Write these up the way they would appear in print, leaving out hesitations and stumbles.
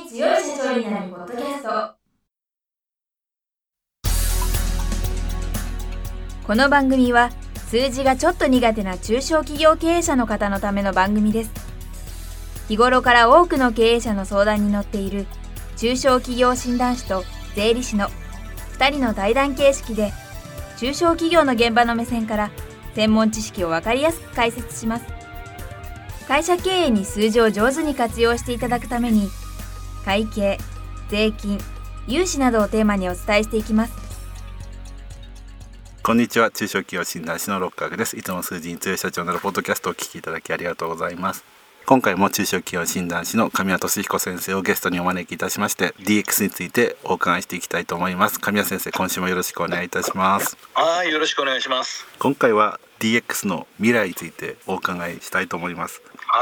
強い社長になるポッドキャスト。この番組は数字がちょっと苦手な中小企業経営者の方のための番組です。日頃から多くの経営者の相談に乗っている中小企業診断士と税理士の2人の対談形式で、中小企業の現場の目線から専門知識を分かりやすく解説します。会社経営に数字を上手に活用していただくために、会計、税金、融資などをテーマにお伝えしていきます。 こんにちは。中小企業診断士の六角です。いつも数字に強い社長になるポッドキャストをお聞きいただきありがとうございます。今回も中小企業診断士の神谷俊彦先生をゲストにお招きいたしまして、 DX についてお伺いしていきたいと思います。神谷先生、今週もよろしくお願いいたします。 はい、よろしくお願いします。 今回は DX の未来についてお伺いしたいと思います。 はい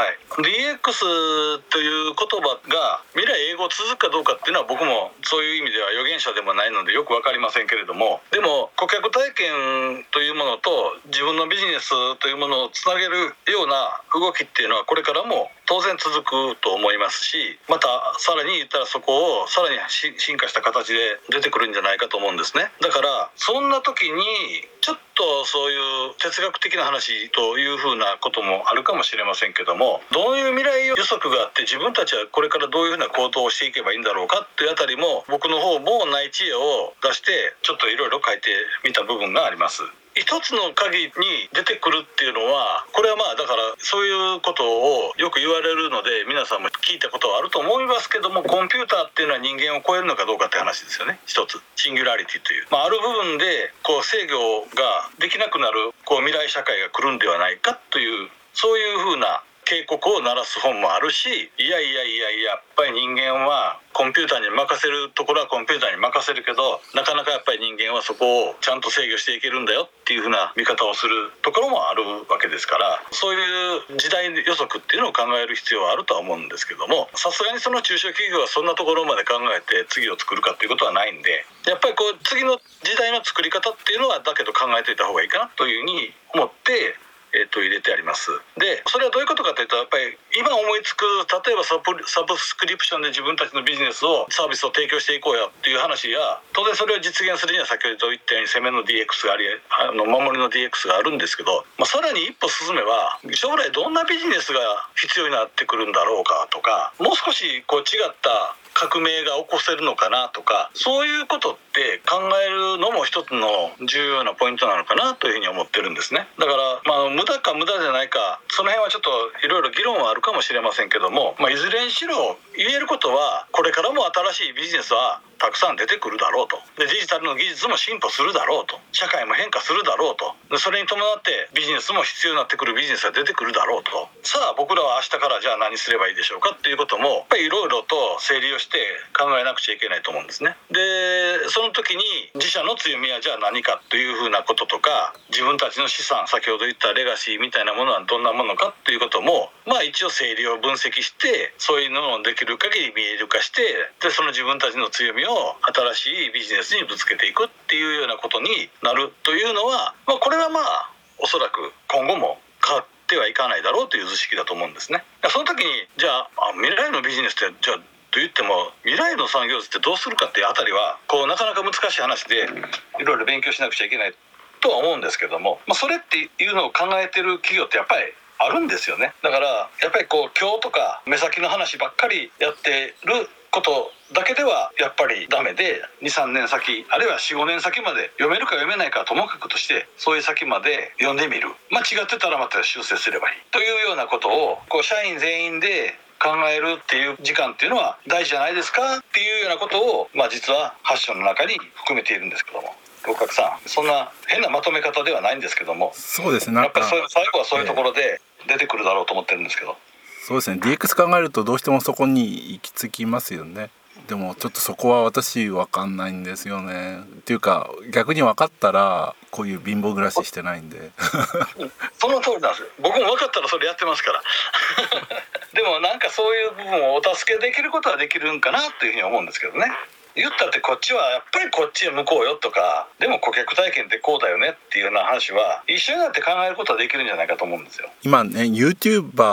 、DX という言葉が未来永劫続くかどうかっていうのは、僕もそういう意味では予言者でもないのでよく分かりませんけれども、でも顧客体験というものと自分のビジネスというものをつなげるような動きっていうのはこれからも当然続くと思いますし、またさらに言ったらそこをさらに進化した形で出てくるんじゃないかと思うんですね。だからそんな時にちょっとそういう哲学的な話というふうなこともあるかもしれませんけども、どういう未来予測があって自分たちはこれからどういうふうな行動をしていけばいいんだろうかっていうあたりも、僕の方もない知恵を出してちょっといろいろ書いてみた部分があります。一つの鍵に出てくるっていうのは、これはまあだからそういうことをよく言われるので皆さんも聞いたことはあると思いますけども、コンピューターっていうのは人間を超えるのかどうかって話ですよね。一つシンギュラリティという、ある部分で制御ができなくなる未来社会が来るんではないかという、そういうふうな警告を鳴らす本もあるし、やっぱり人間はコンピューターに任せるところはコンピューターに任せるけど、なかなかやっぱり人間はそこをちゃんと制御していけるんだよっていうふうな見方をするところもあるわけですから、そういう時代予測っていうのを考える必要はあるとは思うんですけども、さすがにその中小企業はそんなところまで考えて次を作るかっていうことはないんで、やっぱり次の時代の作り方っていうのはだけど考えておいた方がいいかなというふうに思って入れてあります。で、それはどういうことかというと、やっぱり今思いつく、例えばサブスクリプションで自分たちのビジネスをサービスを提供していこうよっていう話や、当然それを実現するには先ほど言ったように攻めの DX があり、守りの DX があるんですけど、さらに一歩進めば将来どんなビジネスが必要になってくるんだろうかとか、もう少し違った革命が起こせるのかなとか、そういうことって考えるのも一つの重要なポイントなのかなというふうに思ってるんですね。だから無駄か無駄じゃないか、その辺はちょっといろいろ議論はあるかもしれませんけども、いずれにしろ言えることは、これからも新しいビジネスはたくさん出てくるだろうと。で、デジタルの技術も進歩するだろうと。社会も変化するだろうと。で、それに伴ってビジネスも必要になってくるビジネスが出てくるだろうと。さあ僕らは明日からじゃあ何すればいいでしょうかっていうことも、やっぱりいろいろと整理をして考えなくちゃいけないと思うんですね。で、その時に自社の強みはじゃあ何かというふうなこととか、自分たちの資産、先ほど言ったレガシーみたいなものはどんなものかということも、一応整理を分析して、そういうのをできる限り見える化して、でその自分たちの強みを新しいビジネスにぶつけていくっていうようなことになるというのは、これはおそらく今後も変わってはいかないだろうという図式だと思うんですね。その時にじゃあ未来のビジネスってじゃあと言っても未来の産業ってどうするかっていうあたりはなかなか難しい話で、いろいろ勉強しなくちゃいけないとは思うんですけども、それっていうのを考えてる企業ってやっぱりあるんですよね。だからやっぱり今日とか目先の話ばっかりやってることだけではやっぱりダメで、 2,3 年先あるいは 4,5 年先まで読めるか読めないかはともかくとして、そういう先まで読んでみる、違ってたらまた修正すればいいというようなことを社員全員で考えるっていう時間っていうのは大事じゃないですかっていうようなことを、実は8章の中に含めているんですけども、六角さん、そんな変なまとめ方ではないんですけども、 そうですね、 やっぱり最後はそういうところで出てくるだろうと思ってるんですけど、 そうですね、 DX 考えるとどうしてもそこに行き着きますよね。でもちょっとそこは私分かんないんですよね。っていうか逆に分かったらこういう貧乏暮らししてないんでその通りなんですよ。僕も分かったらそれやってますからでもそういう部分をお助けできることはできるんかなというふうに思うんですけどね。言ったってこっちはやっぱりこっちへ向こうよとか、でも顧客体験ってこうだよねっていうような話は一緒になって考えることはできるんじゃないかと思うんですよ。 今ね YouTuber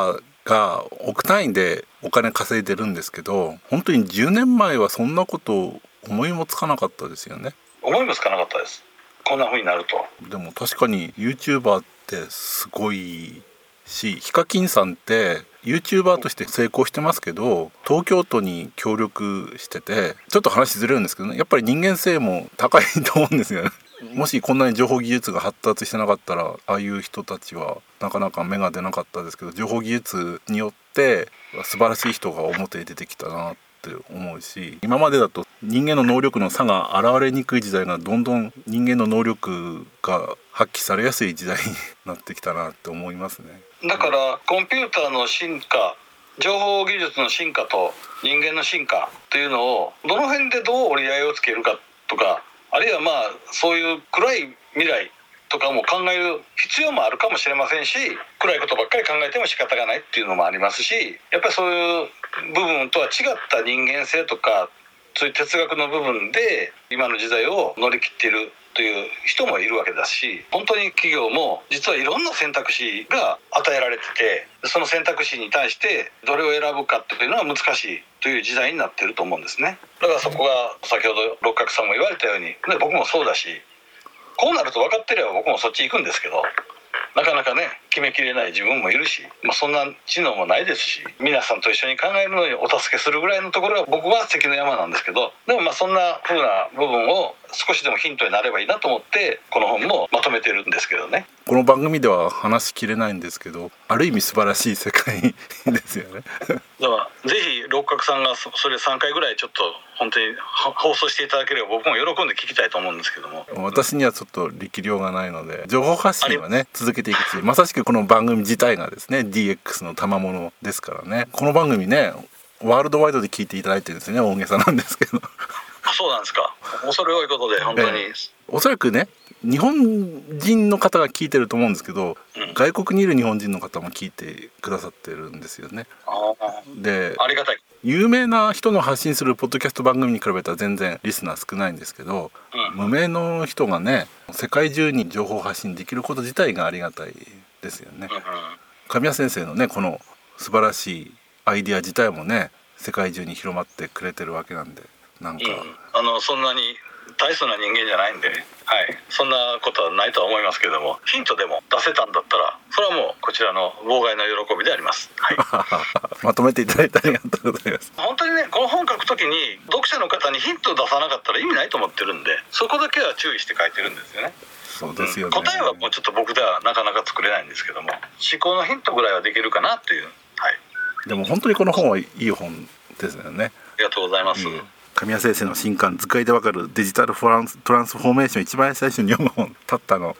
が億単位でお金稼いでるんですけど、本当に10年前はそんなこと思いもつかなかったですよね。 思いもつかなかったです、こんな風になると。 でも確かに YouTuber ってすごいし、ヒカキンさんって YouTuber として成功してますけど、東京都に協力してて、ちょっと話ずれるんですけどね、やっぱり人間性も高いと思うんですよね。もしこんなに情報技術が発達してなかったら、ああいう人たちはなかなか芽が出なかったですけど、情報技術によって素晴らしい人が表に出てきたなって思うし、今までだと人間の能力の差が現れにくい時代がどんどん人間の能力が発揮されやすい時代になってきたなって思いますね。 だからコンピューターの進化、情報技術の進化と人間の進化というのをどの辺でどう折り合いをつけるかとか、あるいはそういう暗い未来とかも考える必要もあるかもしれませんし、暗いことばっかり考えても仕方がないっていうのもありますし、やっぱりそういう部分とは違った人間性とか、そういう哲学の部分で今の時代を乗り切っているという人もいるわけだし、本当に企業も実はいろんな選択肢が与えられてて、その選択肢に対してどれを選ぶかというのは難しいという時代になっていると思うんですね。だからそこが先ほど六角さんも言われたように、僕もそうだし、こうなると分かってれば僕もそっち行くんですけど、なかなかね決めきれない自分もいるし、そんな知能もないですし、皆さんと一緒に考えるのにお助けするぐらいのところが僕は関の山なんですけど、でもそんな風な部分を少しでもヒントになればいいなと思ってこの本もまとめてるんですけどね。 この番組では話しきれないんですけど、ある意味素晴らしい世界ですよね。 だからぜひ六角さんがそれ3回ぐらいちょっと本当に放送していただければ僕も喜んで聞きたいと思うんですけども、 私にはちょっと力量がないので、情報発信はね続けていくし、まさしくこの番組自体がですね DX の賜物ですからね。この番組ねワールドワイドで聞いていただいてるんですよね。大げさなんですけどそうなんですか。恐れ多いことで本当に、 おそらくね日本人の方が聞いてると思うんですけど、外国にいる日本人の方も聞いてくださってるんですよね。で、 ありがたい。 有名な人の発信するポッドキャスト番組に比べたら全然リスナー少ないんですけど、無名の人がね世界中に情報発信できること自体がありがたいですよね。神谷先生のねこの素晴らしいアイディア自体もね世界中に広まってくれてるわけなんで、なんか、 そんなに大層な人間じゃないんで、そんなことはないとは思いますけれども、ヒントでも出せたんだったらそれはもうこちらの妨害の喜びであります、 まとめていただいてありがとうございます。 本当にねこの本書くときに読者の方にヒントを出さなかったら意味ないと思ってるんで、そこだけは注意して書いてるんですよね。 そうですよね。 答えはもうちょっと僕ではなかなか作れないんですけども、思考のヒントぐらいはできるかなっていう、 でも本当にこの本はいい本ですよね。 ありがとうございます。 神谷先生の新刊図解でわかるデジタルトランスフォーメーション一番最初に読む本、たったの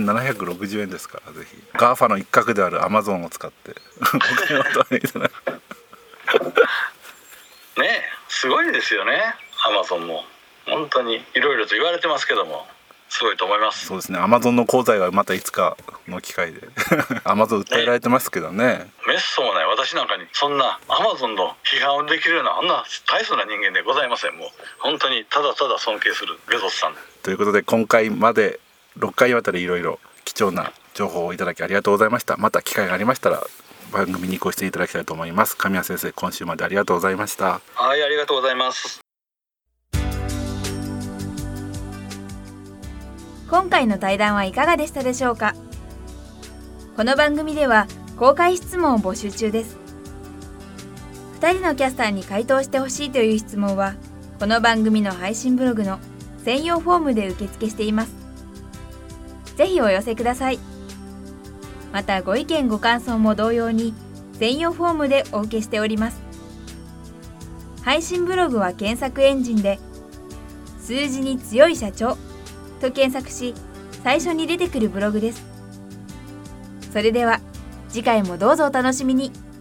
1760円ですから、ぜひ GAFA の一角である Amazon を使ってねえすごいですよね。 Amazon も本当にいろいろと言われてますけどもすごいと思います。 そうですね。 Amazon の功罪はまたいつかの機会でAmazon 訴えられてますけどね。 めっそうもない私なんかにそんな Amazon の批判をできるようなあんな大層な人間でございません。もう本当にただただ尊敬するベゾスさんということで、今回まで6回にわたりいろいろ貴重な情報をいただきありがとうございました。また機会がありましたら番組にご出演いただきたいと思います。神谷先生、今週までありがとうございました。 はい、ありがとうございます。 今回の対談はいかがでしたでしょうか。この番組では公開質問を募集中です。2人のキャスターに回答してほしいという質問はこの番組の配信ブログの専用フォームで受付しています。ぜひお寄せください。またご意見ご感想も同様に専用フォームでお受けしております。配信ブログは検索エンジンで数字に強い社長と検索し最初に出てくるブログです。それでは次回もどうぞお楽しみに。